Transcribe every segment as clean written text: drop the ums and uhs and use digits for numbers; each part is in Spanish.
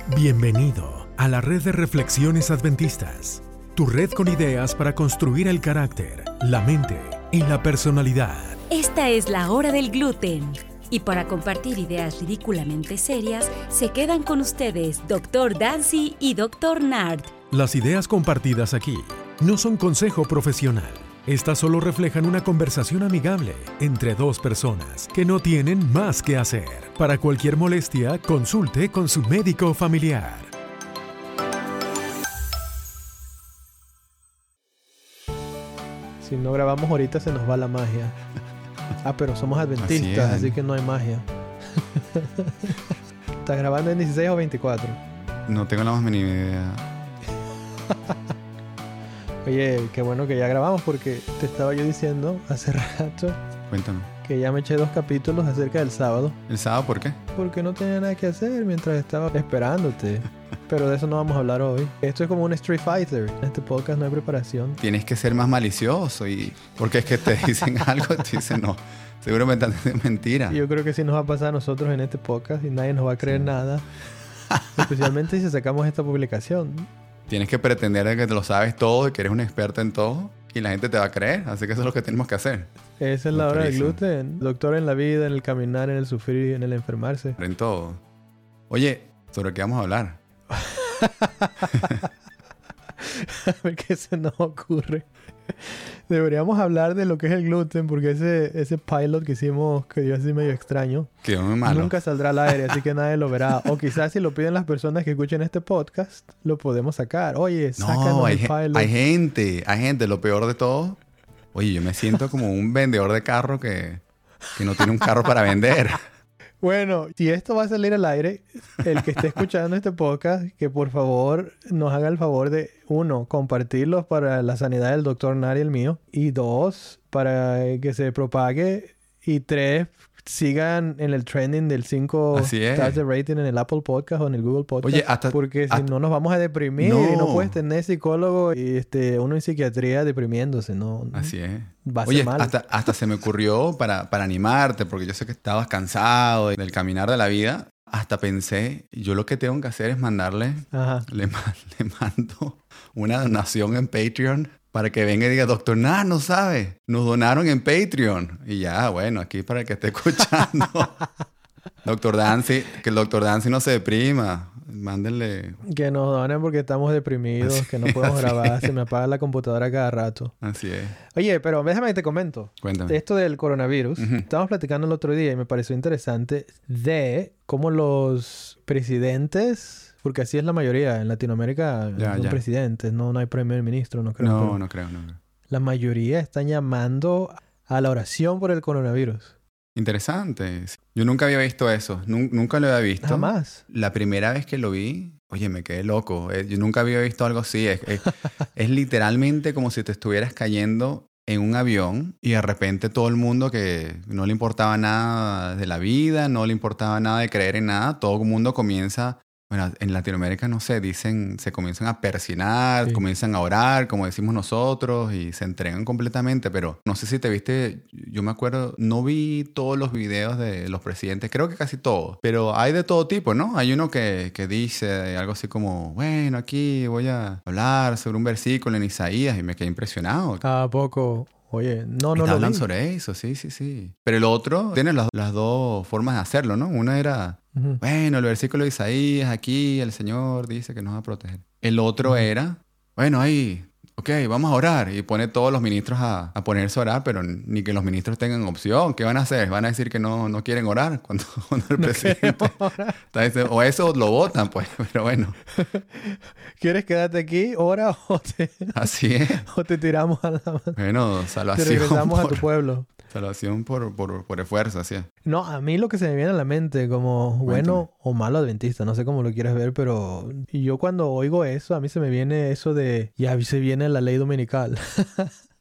Bienvenido a la red de reflexiones adventistas, tu red con ideas para construir el carácter, la mente y la personalidad. Esta es la hora del gluten. Y para compartir ideas ridículamente serias, se quedan con ustedes Dr. Dancy y Dr. Nard. Las ideas compartidas aquí no son consejo profesional. Estas solo reflejan una conversación amigable entre dos personas que no tienen más que hacer. Para cualquier molestia, consulte con su médico familiar. Si no grabamos ahorita se nos va la magia. Pero somos adventistas, así que no hay magia. ¿Estás grabando en 16 o 24? No tengo la más mínima idea. Oye, qué bueno que ya grabamos porque te estaba yo diciendo hace rato. Cuéntame. Que ya me eché 2 capítulos acerca del sábado. ¿El sábado por qué? Porque no tenía nada que hacer mientras estaba esperándote. Pero de eso no vamos a hablar hoy. Esto es como un Street Fighter. En este podcast no hay preparación. Tienes que ser más malicioso porque es que te dicen algo y te dicen no. Seguramente es mentira. Y yo creo que sí nos va a pasar a nosotros en este podcast y nadie nos va a creer nada. Especialmente si sacamos esta publicación. Tienes que pretender que te lo sabes todo y que eres un experto en todo y la gente te va a creer. Así que eso es lo que tenemos que hacer. Esa es la hora del gluten. Doctor en la vida, en el caminar, en el sufrir, en el enfermarse. En todo. Oye, ¿sobre qué vamos a hablar? A ver qué se nos ocurre. Deberíamos hablar de lo que es el gluten, porque ese pilot que hicimos quedó así medio extraño. Quedó muy malo. Nunca saldrá al aire, así que nadie lo verá. O quizás si lo piden las personas que escuchen este podcast, lo podemos sacar. Oye, sácanos el pilot. Hay gente. Lo peor de todo. Oye, yo me siento como un vendedor de carro que no tiene un carro para vender. Bueno, si esto va a salir al aire, el que esté escuchando este podcast, que por favor nos haga el favor de, 1, compartirlos para la sanidad del Dr. Nari y el mío. Y 2, para que se propague. Y 3, sigan en el trending del 5 stars de rating en el Apple Podcast o en el Google Podcast. Oye, porque si no nos vamos a deprimir y no puedes tener psicólogo y uno en psiquiatría deprimiéndose, ¿no? Así es. Va a ser mal. Hasta se me ocurrió para animarte, porque yo sé que estabas cansado del caminar de la vida. Hasta pensé, yo lo que tengo que hacer es mandarle, le mando una donación en Patreon para que venga y diga, Dr. Nard, no sabe, nos donaron en Patreon. Y ya, bueno, aquí para el que esté escuchando. Dr. Dancy, que el Dr. Dancy no se deprima. Mándenle. Que nos donen porque estamos deprimidos, que no podemos grabar, se me apaga la computadora cada rato. Así es. Oye, pero déjame que te comento. Cuéntame. Esto del coronavirus. Estábamos platicando el otro día y me pareció interesante de cómo los presidentes, porque así es la mayoría, en Latinoamérica son presidentes, no hay primer ministro, no creo. No creo. La mayoría están llamando a la oración por el coronavirus. Interesante. Yo nunca había visto eso. Nunca lo había visto. Jamás. La primera vez que lo vi, oye, me quedé loco. Yo nunca había visto algo así. Es literalmente como si te estuvieras cayendo en un avión y de repente todo el mundo que no le importaba nada de la vida, no le importaba nada de creer en nada, todo el mundo comienza... Bueno, en Latinoamérica, no sé, se comienzan a persinar, comienzan a orar, como decimos nosotros, y se entregan completamente. Pero no sé si te viste, yo me acuerdo, no vi todos los videos de los presidentes, creo que casi todos. Pero hay de todo tipo, ¿no? Hay uno que dice algo así como, bueno, aquí voy a hablar sobre un versículo en Isaías, y me quedé impresionado. ¿A poco? Oye, no lo hablan vi. sobre eso, sí. Pero el otro tiene las dos formas de hacerlo, ¿no? Una era... Bueno, el versículo de Isaías, aquí el Señor dice que nos va a proteger. El otro era, bueno, ahí, ok, vamos a orar. Y pone todos los ministros a ponerse a orar, pero ni que los ministros tengan opción. ¿Qué van a hacer? ¿Van a decir que no quieren orar cuando el presidente está diciendo, o eso lo votan, pues? Pero bueno. ¿Quieres quedarte aquí? ¿Ora Así es. o te tiramos a la mano? Bueno, salvación. Te regresamos a tu pueblo. Salvación por esfuerzo, así es. No, a mí lo que se me viene a la mente como bueno o malo adventista, no sé cómo lo quieras ver, pero yo cuando oigo eso, a mí se me viene eso de ya se viene la ley dominical.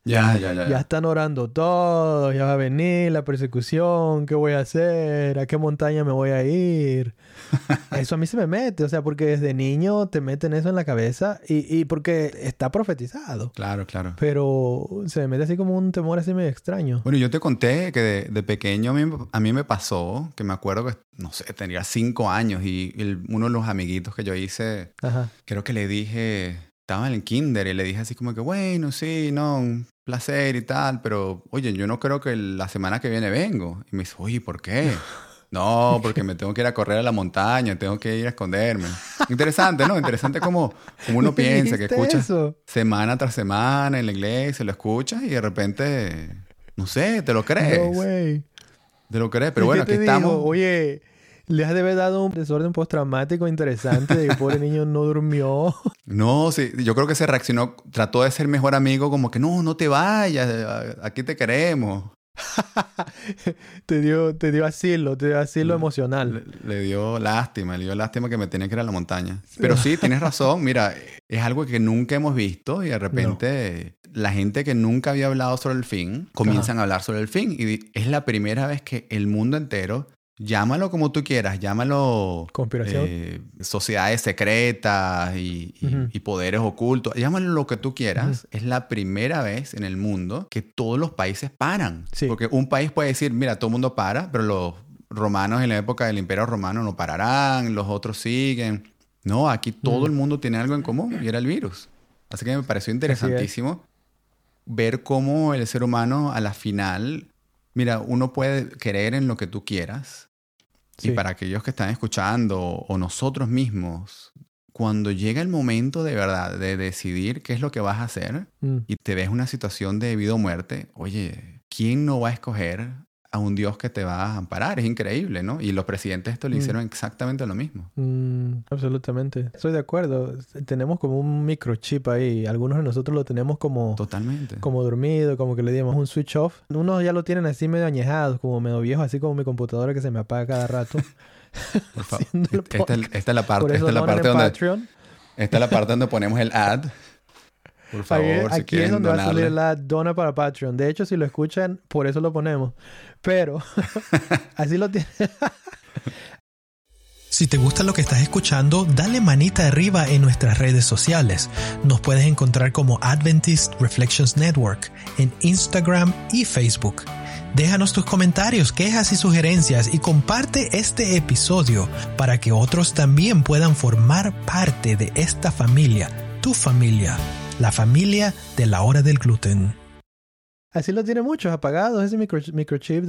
Ya. Ya están orando todos, ya va a venir la persecución, ¿qué voy a hacer? ¿A qué montaña me voy a ir? Eso a mí se me mete, o sea, porque desde niño te meten eso en la cabeza y porque está profetizado. Claro. Pero se me mete así como un temor así medio extraño. Bueno, yo te conté que de pequeño a mí me pasó, que me acuerdo que, no sé, tenía 5 años y uno de los amiguitos que yo hice, Ajá. creo que le dije, estaba en el kinder y le dije así como que, bueno, sí, no, un placer y tal, pero oye, yo no creo que la semana que viene vengo. Y me dice, oye, ¿por qué? No, porque me tengo que ir a correr a la montaña, tengo que ir a esconderme. Interesante, ¿no? Interesante como uno piensa, que escucha eso? semana tras semana en la iglesia, lo escuchas y de repente, no sé, te lo crees. No, güey. Te lo crees, pero ¿Y bueno, qué aquí te estamos. digo? Oye, le has de haber dado un desorden postraumático interesante de que el pobre niño no durmió. No, sí, yo creo que se reaccionó, trató de ser mejor amigo, como que no te vayas, aquí te queremos. Te dio asilo emocional. Le dio lástima que me tenía que ir a la montaña. Pero sí, tienes razón, mira, es algo que nunca hemos visto y de repente la gente que nunca había hablado sobre el fin comienzan a hablar sobre el fin y es la primera vez que el mundo entero, llámalo como tú quieras, llámalo Conspiración. Sociedades secretas y poderes ocultos, llámalo lo que tú quieras. Es la primera vez en el mundo que todos los países paran. Sí. Porque un país puede decir, mira, todo el mundo para, pero los romanos en la época del Imperio Romano no pararán, los otros siguen. No, aquí todo el mundo tiene algo en común y era el virus. Así que me pareció interesantísimo ver cómo el ser humano a la final, mira, uno puede creer en lo que tú quieras. Sí. Y para aquellos que están escuchando o nosotros mismos, cuando llega el momento de verdad de decidir qué es lo que vas a hacer y te ves en una situación de vida o muerte, oye, ¿quién no va a escoger a un Dios que te va a amparar? Es increíble, ¿no? Y los presidentes esto le hicieron exactamente lo mismo. Absolutamente. Estoy de acuerdo. Tenemos como un microchip ahí. Algunos de nosotros lo tenemos como... Totalmente. Como dormido, como que le dimos un switch off. Unos ya lo tienen así medio añejados, como medio viejos, así como mi computadora que se me apaga cada rato. Por favor. Esta es la parte, esta es la parte donde ponemos el ad. Por favor, si aquí es donde va a salir la dona para Patreon. De hecho, si lo escuchan, por eso lo ponemos. Pero así lo tiene. Si te gusta lo que estás escuchando, dale manita arriba en nuestras redes sociales. Nos puedes encontrar como Adventist Reflections Network en Instagram y Facebook. Déjanos tus comentarios, quejas y sugerencias y comparte este episodio para que otros también puedan formar parte de esta familia, tu familia. La familia de la hora del gluten. Así lo tiene muchos apagados, ese microchip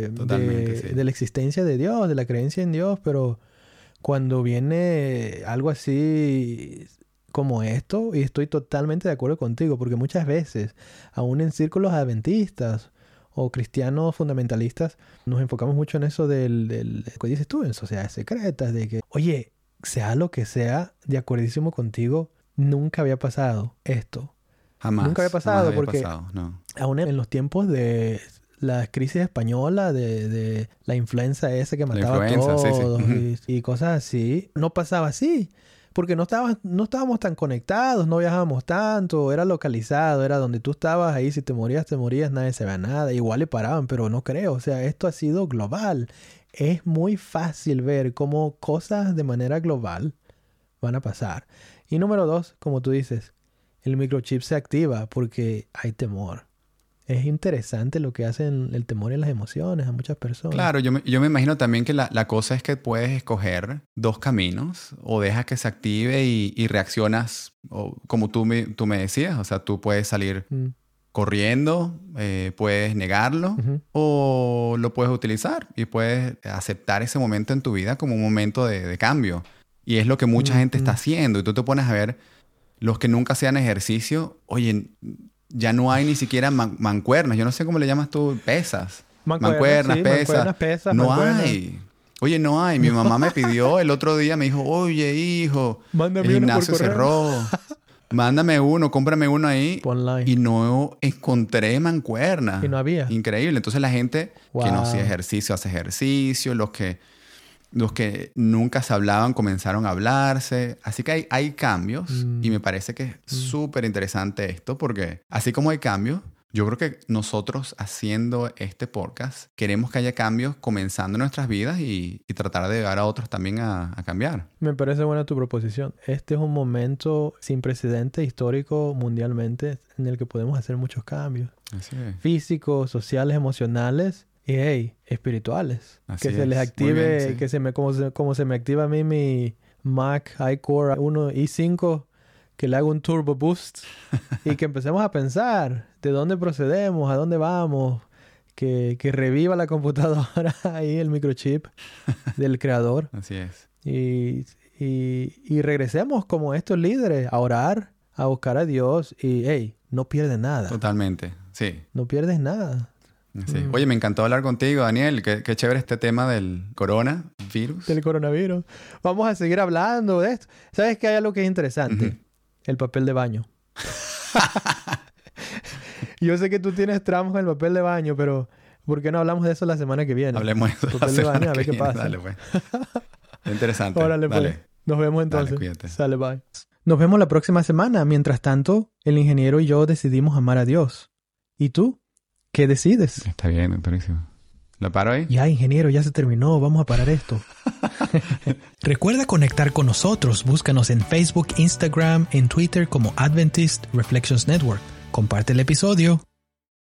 de la existencia de Dios, de la creencia en Dios, pero cuando viene algo así como esto, y estoy totalmente de acuerdo contigo, porque muchas veces, aún en círculos adventistas o cristianos fundamentalistas, nos enfocamos mucho en eso del que dices tú, en sociedades secretas, de que, oye, sea lo que sea, de acuerdísimo contigo, nunca había pasado esto. Jamás. Nunca había pasado porque no. Aún en los tiempos de la crisis española, de la influenza esa que mataba a todos y cosas así, no pasaba así. Porque no estábamos tan conectados, no viajábamos tanto, era localizado, era donde tú estabas ahí, si te morías, nadie se veía nada. Igual le paraban, pero no creo. O sea, esto ha sido global. Es muy fácil ver cómo cosas de manera global van a pasar. Y número 2, como tú dices, el microchip se activa porque hay temor. Es interesante lo que hacen el temor y las emociones a muchas personas. Claro, yo me imagino también que la cosa es que puedes escoger 2 caminos. O dejas que se active y reaccionas como tú me decías. O sea, tú puedes salir corriendo, puedes negarlo o lo puedes utilizar y puedes aceptar ese momento en tu vida como un momento de cambio. Y es lo que mucha gente está haciendo. Y tú te pones a ver, los que nunca hacían ejercicio, oye, ya no hay ni siquiera mancuernas. Yo no sé cómo le llamas tú, pesas. Mancuernas, pesas. No hay. Oye, no hay. Mi mamá me pidió el otro día, me dijo, oye, hijo, mándame el gimnasio cerró. Mándame uno, cómprame uno ahí. Online. Y no encontré mancuernas. Y no había. Increíble. Entonces la gente que no hacía ejercicio, hace ejercicio. Los que nunca se hablaban comenzaron a hablarse. Así que hay cambios. Y me parece que es súper interesante esto porque así como hay cambios, Yo creo que nosotros haciendo este podcast queremos que haya cambios comenzando en nuestras vidas y tratar de llevar a otros también a cambiar. Me parece buena tu proposición. Este es un momento sin precedente histórico mundialmente en el que podemos hacer muchos cambios. Así es. Físicos, sociales, emocionales y espirituales. Así que se les es. active, Muy bien, sí. como se me activa a mí mi Mac iCore 1 i5, que le hago un turbo boost y que empecemos a pensar de dónde procedemos, a dónde vamos, que reviva la computadora ahí, el microchip del creador. Así es. Y regresemos como estos líderes a orar, a buscar a Dios y, hey, no pierdes nada. Totalmente, sí. No pierdes nada. Sí. Oye, me encantó hablar contigo, Daniel. Qué chévere este tema del coronavirus. Del coronavirus. Vamos a seguir hablando de esto. ¿Sabes que hay algo que es interesante? Ujú. El papel de baño. Yo sé que tú tienes tramos con el papel de baño, pero ¿por qué no hablamos de eso la semana que viene? Hablemos de eso la Papel de baño, semana a ver que qué viene. pasa. Dale, pues. Interesante. Órale, pues. Dale. Nos vemos entonces. Dale, cuídate. Sale, bye. Nos vemos la próxima semana. Mientras tanto, el ingeniero y yo decidimos amar a Dios. ¿Y tú? ¿Qué decides? Está bien, doctorísimo. ¿Lo paro ahí? Ya, ingeniero, ya se terminó. Vamos a parar esto. Recuerda conectar con nosotros. Búscanos en Facebook, Instagram, en Twitter como Adventist Reflections Network. Comparte el episodio.